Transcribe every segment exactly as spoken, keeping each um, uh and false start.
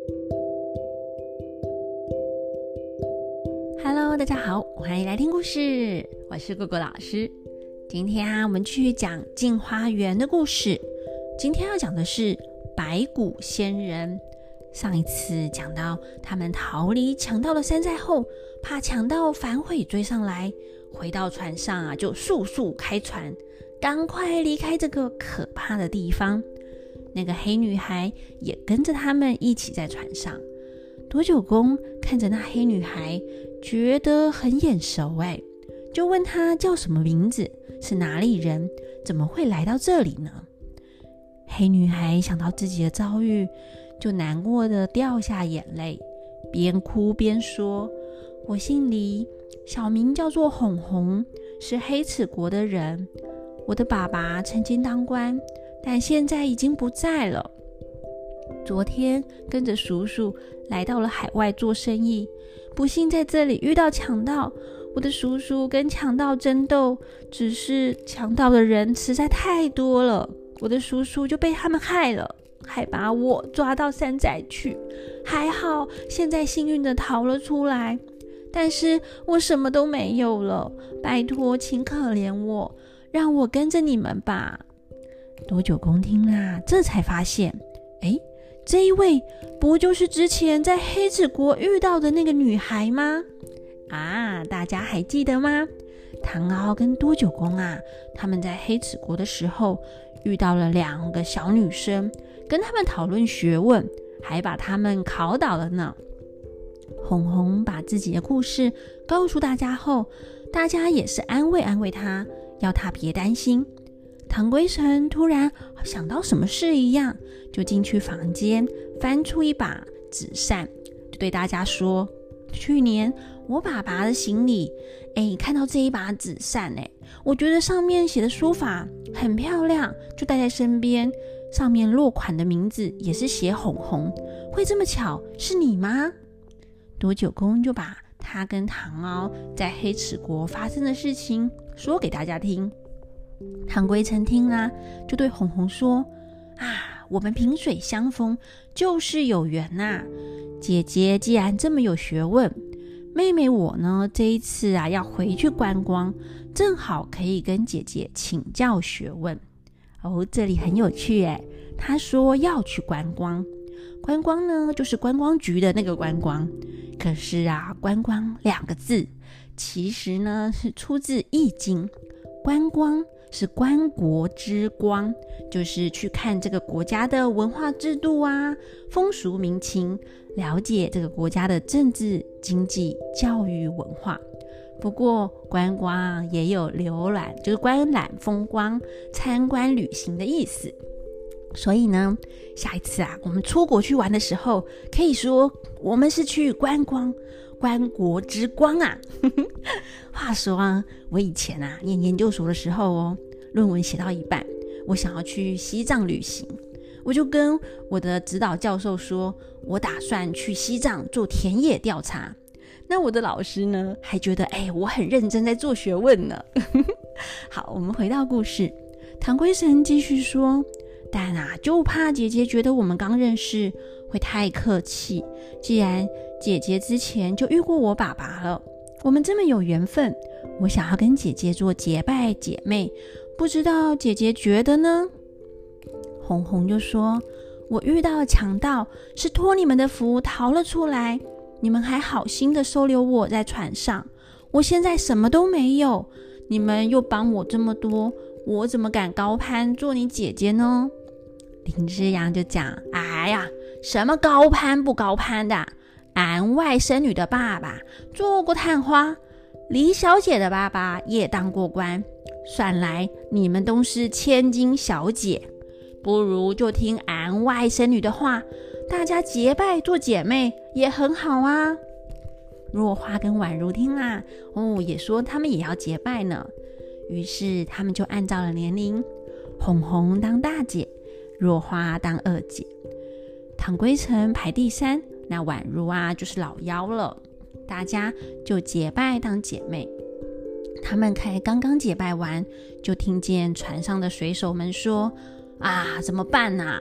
Hello， 大家好，欢迎来听故事，我是果果老师。今天啊，我们继续讲镜花缘的故事。今天要讲的是白骨仙人。上一次讲到他们逃离强盗的山寨后，怕强盗反悔追上来，回到船上啊，就速速开船，赶快离开这个可怕的地方。那个黑女孩也跟着他们一起在船上。多久公看着那黑女孩，觉得很眼熟哎，就问她叫什么名字，是哪里人，怎么会来到这里呢？黑女孩想到自己的遭遇，就难过的掉下眼泪，边哭边说：我姓黎，小名叫做红红，是黑齿国的人。我的爸爸曾经当官，但现在已经不在了。昨天跟着叔叔来到了海外做生意，不幸在这里遇到强盗。我的叔叔跟强盗争斗，只是强盗的人实在太多了，我的叔叔就被他们害了，还把我抓到山寨去。还好现在幸运的逃了出来，但是我什么都没有了，拜托请可怜我，让我跟着你们吧。多久公听啦，这才发现，诶，这一位不就是之前在黑齿国遇到的那个女孩吗？啊，大家还记得吗？唐敖跟多久公啊，他们在黑齿国的时候遇到了两个小女生，跟他们讨论学问，还把他们考倒了呢。红红把自己的故事告诉大家后，大家也是安慰安慰他，要他别担心。唐归成突然想到什么事一样，就进去房间翻出一把纸扇，就对大家说：去年我爸爸的行李，哎，看到这一把纸扇，哎，我觉得上面写的书法很漂亮，就带在身边。上面落款的名字也是写红红，会这么巧是你吗？多久公就把他跟唐敖在黑齿国发生的事情说给大家听。唐归成听啊，就对红红说：啊，我们萍水相逢就是有缘啊，姐姐既然这么有学问，妹妹我呢这一次啊要回去观光，正好可以跟姐姐请教学问。哦，这里很有趣耶，他说要去观光，观光呢就是观光局的那个观光，可是啊，观光两个字其实呢是出自易经，观光是观国之光，就是去看这个国家的文化制度啊、风俗民情，了解这个国家的政治、经济、教育、文化。不过观光也有浏览，就是观览风光、参观旅行的意思。所以呢，下一次啊，我们出国去玩的时候，可以说我们是去观光，观国之光啊。话说啊，我以前啊念研究所的时候哦，论文写到一半，我想要去西藏旅行，我就跟我的指导教授说，我打算去西藏做田野调查。那我的老师呢，还觉得哎，我很认真在做学问呢。好，我们回到故事，唐归成继续说，但啊，就怕姐姐觉得我们刚认识会太客气。既然姐姐之前就遇过我爸爸了，我们这么有缘分，我想要跟姐姐做结拜姐妹，不知道姐姐觉得呢？红红就说，我遇到了强盗，是托你们的福逃了出来，你们还好心的收留我在船上，我现在什么都没有，你们又帮我这么多，我怎么敢高攀做你姐姐呢？林之阳就讲，哎呀，什么高攀不高攀的，俺外甥女的爸爸做过探花，李小姐的爸爸也当过官，算来你们都是千金小姐，不如就听俺外甥女的话，大家结拜做姐妹也很好啊。若花跟宛如听啦，哦，也说他们也要结拜呢。于是他们就按照了年龄，红红当大姐，若花当二姐，唐归成排第三，那宛如啊就是老幺了，大家就结拜当姐妹。他们才刚刚结拜完，就听见船上的水手们说，啊，怎么办啊？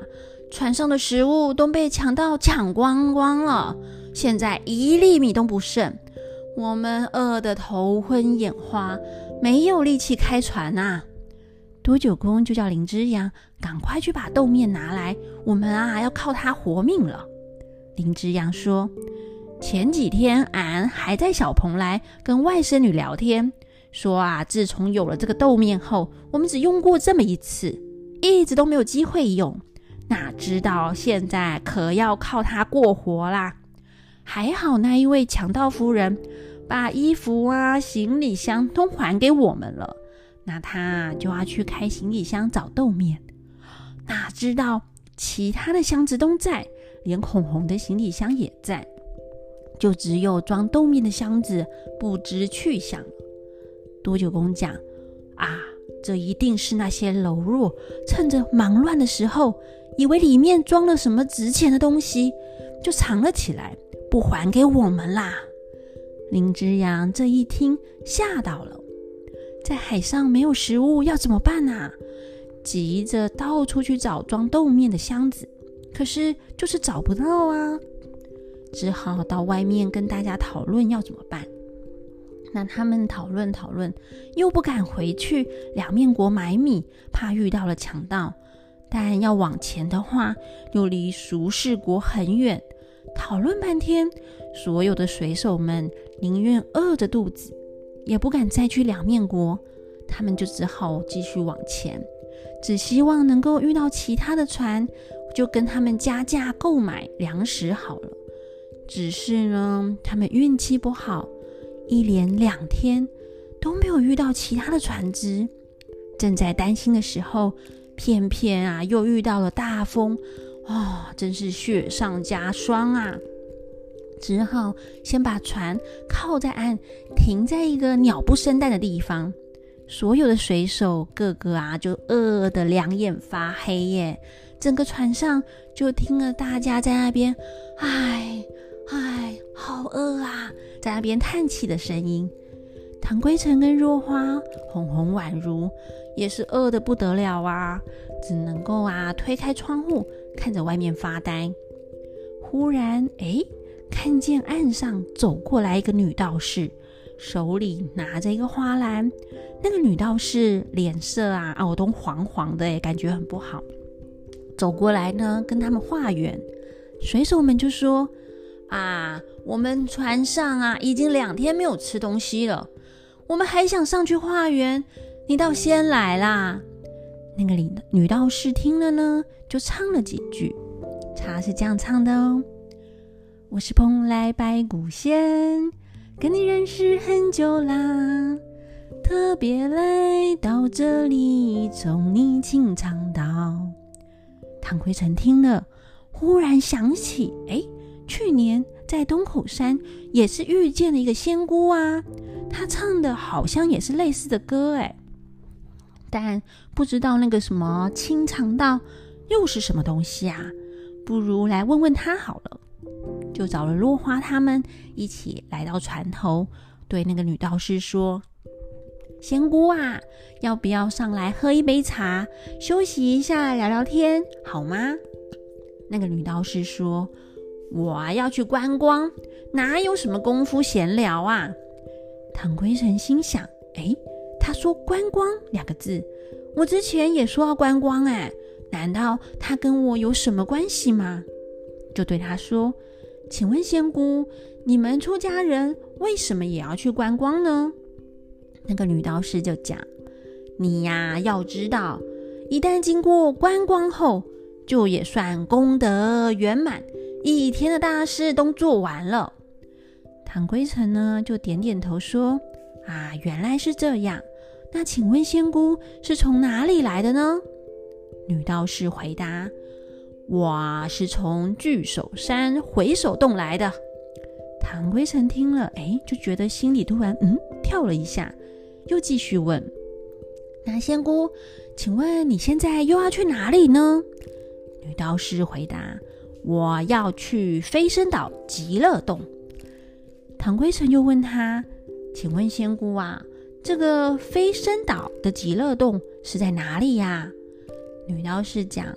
船上的食物都被强盗抢光光了，现在一粒米都不剩，我们饿得头昏眼花，没有力气开船啊。多九公就叫林之阳赶快去把豆面拿来，我们啊要靠它活命了。林之阳说，前几天俺还在小蓬莱跟外甥女聊天，说啊，自从有了这个豆面后，我们只用过这么一次，一直都没有机会用，哪知道现在可要靠它过活啦。还好那一位强盗夫人把衣服啊行李箱都还给我们了，那他就要去开行李箱找豆面，哪知道其他的箱子都在，连红红的行李箱也在，就只有装豆面的箱子不知去向了。多九公讲啊，这一定是那些柔弱趁着忙乱的时候，以为里面装了什么值钱的东西，就藏了起来，不还给我们啦。林之阳这一听吓到了，在海上没有食物要怎么办啊？急着到处去找装豆面的箱子，可是就是找不到啊，只好到外面跟大家讨论要怎么办。那他们讨论讨论，又不敢回去两面国买米，怕遇到了强盗，但要往前的话又离蜀氏国很远。讨论半天，所有的水手们宁愿饿着肚子，也不敢再去两面国，他们就只好继续往前，只希望能够遇到其他的船，就跟他们加价购买粮食好了。只是呢，他们运气不好，一连两天都没有遇到其他的船只。正在担心的时候，偏偏啊又遇到了大风，哦，真是雪上加霜啊！只好先把船靠在岸，停在一个鸟不生蛋的地方。所有的水手个个啊就饿得两眼发黑耶，整个船上就听了大家在那边唉唉好饿啊，在那边叹气的声音。唐归尘跟若花红红宛如也是饿得不得了啊，只能够啊推开窗户看着外面发呆。忽然诶看见岸上走过来一个女道士，手里拿着一个花篮。那个女道士脸色啊哦都黄黄的耶，感觉很不好。走过来呢跟他们化缘，水手们就说啊，我们船上啊已经两天没有吃东西了，我们还想上去化缘，你倒先来啦。那个女道士听了呢就唱了几句，她是这样唱的哦：我是蓬莱白骨仙，跟你认识很久啦，特别来到这里从你请尝到。唐归尘听了忽然想起，诶去年在东口山也是遇见了一个仙姑啊，她唱的好像也是类似的歌诶，但不知道那个什么清肠道又是什么东西啊，不如来问问她好了。就找了落花他们一起来到船头，对那个女道士说，仙姑啊，要不要上来喝一杯茶，休息一下聊聊天好吗？那个女道士说，我啊要去观光，哪有什么功夫闲聊啊。唐归尘心想，诶他说观光两个字，我之前也说要观光诶，难道他跟我有什么关系吗？就对他说，请问仙姑，你们出家人为什么也要去观光呢？那个女道士就讲，你呀要知道，一旦经过观光后，就也算功德圆满，一天的大事都做完了。唐归尘呢就点点头说，啊原来是这样，那请问仙姑是从哪里来的呢？女道士回答，我啊是从巨手山回首洞来的。唐归尘听了诶就觉得心里突然嗯跳了一下，又继续问，那仙姑请问你现在又要去哪里呢？女道士回答，我要去飞升岛极乐洞。唐归尘又问他，请问仙姑啊，这个飞升岛的极乐洞是在哪里呀？女道士讲，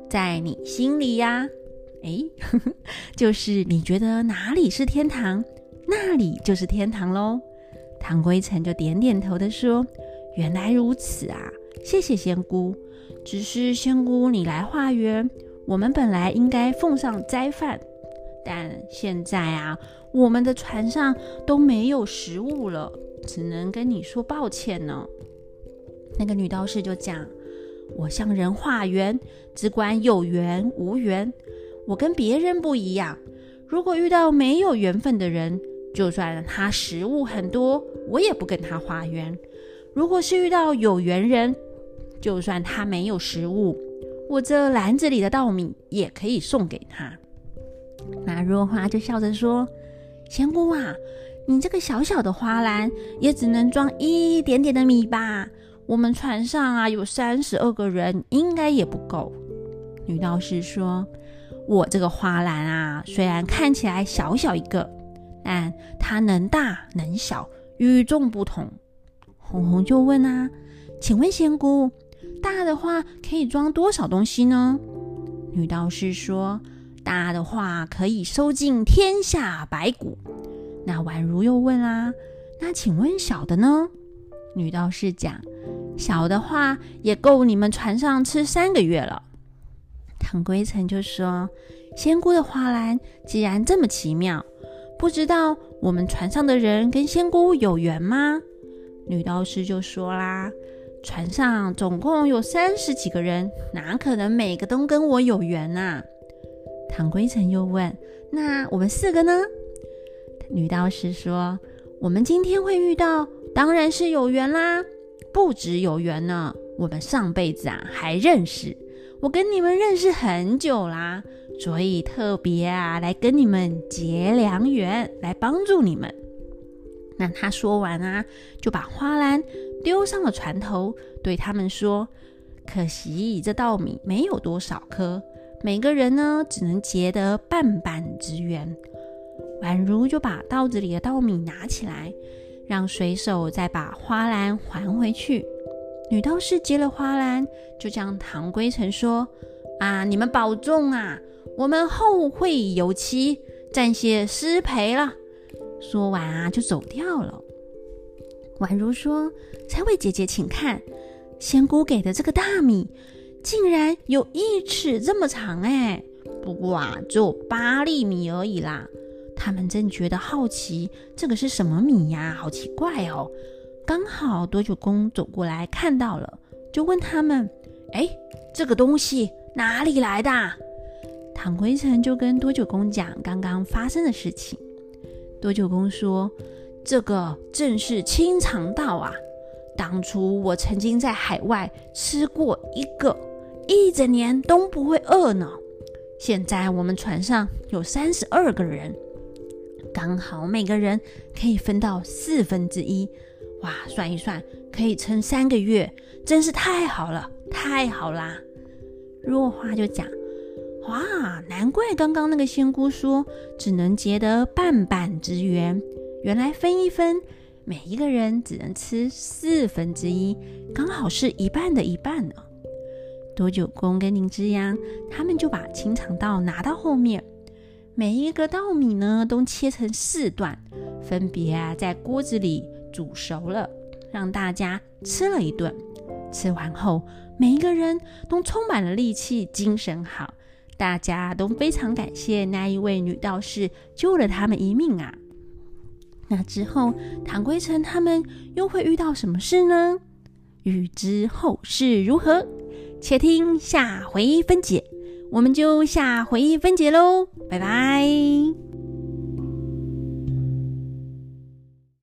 在你心里呀。诶呵呵就是你觉得哪里是天堂，那里就是天堂咯。唐归尘就点点头的说，原来如此啊，谢谢仙姑。只是仙姑你来化缘，我们本来应该奉上斋饭，但现在啊，我们的船上都没有食物了，只能跟你说抱歉呢。那个女道士就讲，我向人化缘，只管有缘无缘，我跟别人不一样，如果遇到没有缘分的人，就算他食物很多，我也不跟他化缘。如果是遇到有缘人，就算他没有食物，我这篮子里的稻米也可以送给他。那若花就笑着说，仙姑啊，你这个小小的花篮也只能装一点点的米吧，我们船上啊有三十二个人，应该也不够。女道士说，我这个花篮啊，虽然看起来小小一个，但它能大能小，与众不同。红红就问啊，请问仙姑，大的话可以装多少东西呢？女道士说，大的话可以收尽天下百谷。那婉如又问啊，那请问小的呢？女道士讲，小的话也够你们船上吃三个月了。唐归尘就说，仙姑的花篮既然这么奇妙，不知道我们船上的人跟仙姑有缘吗？女道士就说啦，船上总共有三十几个人，哪可能每个都跟我有缘啊？唐归尘又问，那我们四个呢？女道士说，我们今天会遇到，当然是有缘啦，不止有缘呢，我们上辈子啊还认识，我跟你们认识很久啦，所以特别啊来跟你们结良缘，来帮助你们。那他说完啊，就把花篮丢上了船头，对他们说，可惜这稻米没有多少颗，每个人呢只能结得半半之缘。婉如就把稻子里的稻米拿起来，让水手再把花篮还回去。女道士接了花篮，就向唐归尘说，啊，你们保重啊，我们后会有期，暂谢失陪了。说完啊，就走掉了。婉如说，三位姐姐请看，仙姑给的这个大米竟然有一尺这么长哎，不过啊只有八粒米而已啦。他们正觉得好奇，这个是什么米呀？好奇怪哦。刚好多九公走过来看到了，就问他们，哎，这个东西哪里来的？唐归尘就跟多九公讲刚刚发生的事情。多九公说，这个正是清肠道啊，当初我曾经在海外吃过一个，一整年都不会饿呢。现在我们船上有三十二个人，刚好每个人可以分到四分之一，哇，算一算可以撑三个月，真是太好了，太好啦。若花就讲，哇，难怪刚刚那个仙姑说只能结得半半之缘，原来分一分，每一个人只能吃四分之一，刚好是一半的一半呢。多九公跟林之阳他们就把清肠道拿到后面，每一个稻米呢都切成四段，分别啊在锅子里煮熟了，让大家吃了一顿。吃完后，每一个人都充满了力气，精神好，大家都非常感谢那一位女道士救了他们一命啊。那之后唐归尘他们又会遇到什么事呢？欲知后事如何，且听下回分解。我们就下回分解咯，拜拜。